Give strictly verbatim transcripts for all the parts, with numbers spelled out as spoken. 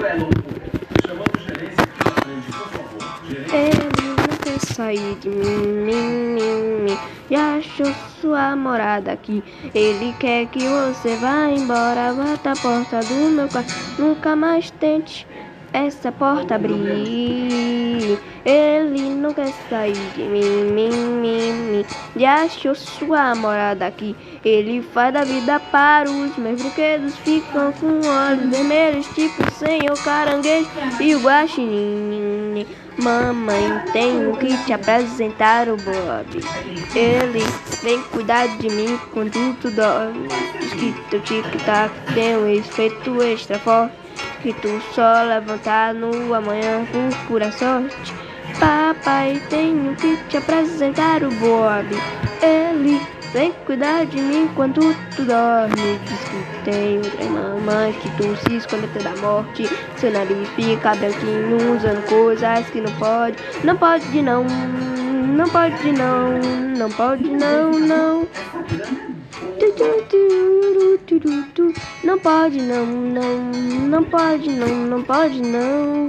Ele não quer sair de mim, mim, mim, mim. Já achou sua morada aqui. Ele quer que você vá embora. Bata a porta do meu quarto. Nunca mais tente essa porta abrir. Ele não quer sair de mim, mim, mim, mim. Já achou sua morada aqui. Ele faz da vida para os meus brinquedos. Ficam com olhos vermelhos, tipo senhor caranguejo e o guaxinim. Mamãe, tenho que te apresentar o Bob. Ele vem cuidar de mim quando tu dorme. Diz que teu tic-tac tem um efeito extra forte, que tu só levantar no amanhã por pura sorte. Papai, tenho que te apresentar o Bob. Ele vem cuidar de mim quando tu dorme. Diz que tem outras mamães que tu se esconde até da morte. Seu nariz fica branquinho usando coisas que não pode. Não pode não, não pode não, não pode não, não. Não pode não, não, não pode não, não pode não.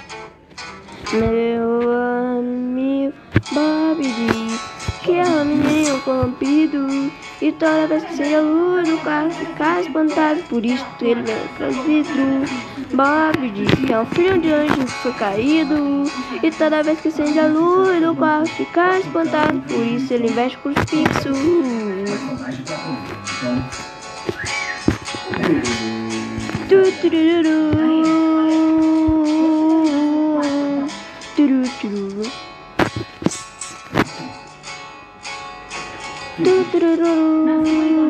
Meu amigo Bob diz que é um menino corrompido, e toda vez que seja luz o carro fica espantado, por isso ele vem para os vidros. Bob diz que é um filho de anjo que foi caído, e toda vez que acende a luz do carro fica espantado, por isso ele investe crucifixo. Tu, turururu. Turu, tururu. Tu, tururu.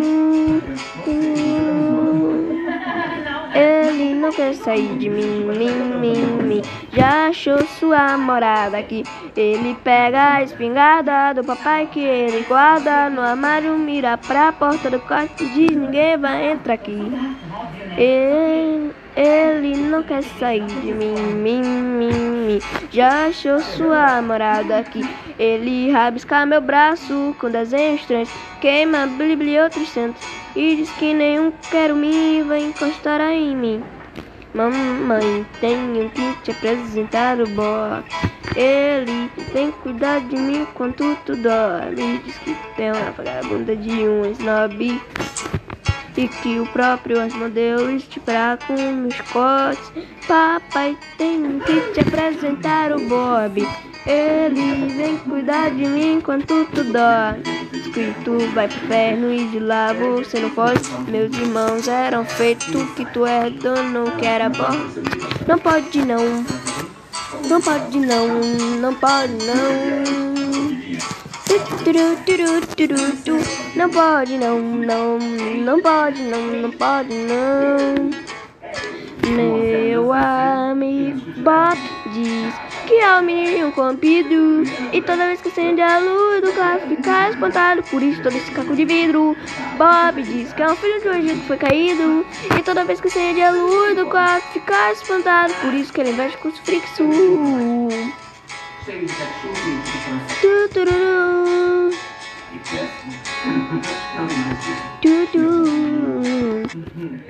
Ele não quer sair de mim, mim, mim, mim. Já achou sua morada aqui. Ele pega a espingarda do papai que ele guarda no armário, mira pra porta do quarto e diz: ninguém vai entrar aqui. Ele, ele não quer sair de mim, mim, mim, mim. Já achou sua morada aqui. Ele rabisca meu braço com desenhos estranhos, queima blibli outros centros e diz que nenhum querumim vai encostar em mim. Mamãe, tenho que te apresentar o Bob. Ele vem cuidar de mim enquanto tu dorme. Diz que tem uma vagabunda de um snob, e que o próprio Asmodeus te pra com meus cotes. Papai, tenho que te apresentar o Bob. Ele vem cuidar de mim enquanto tu dorme. Diz que tu vai pro inferno e de lá você não pode. Meus irmãos eram feitos que tu é dono, que era bom. Não pode não, não pode não, não pode não. Não pode não, não, não pode não, não pode não. Meu amigo Bob diz que é um menino corrompido, e toda vez que acende a luz do carro fica espantado, por isso todo esse caco de vidro. Bob diz que é um filho de um anjo que foi caído, e toda vez que acende a luz do carro fica espantado, por isso que ele investe crucifixo. Tu, tururu. Tu, tu.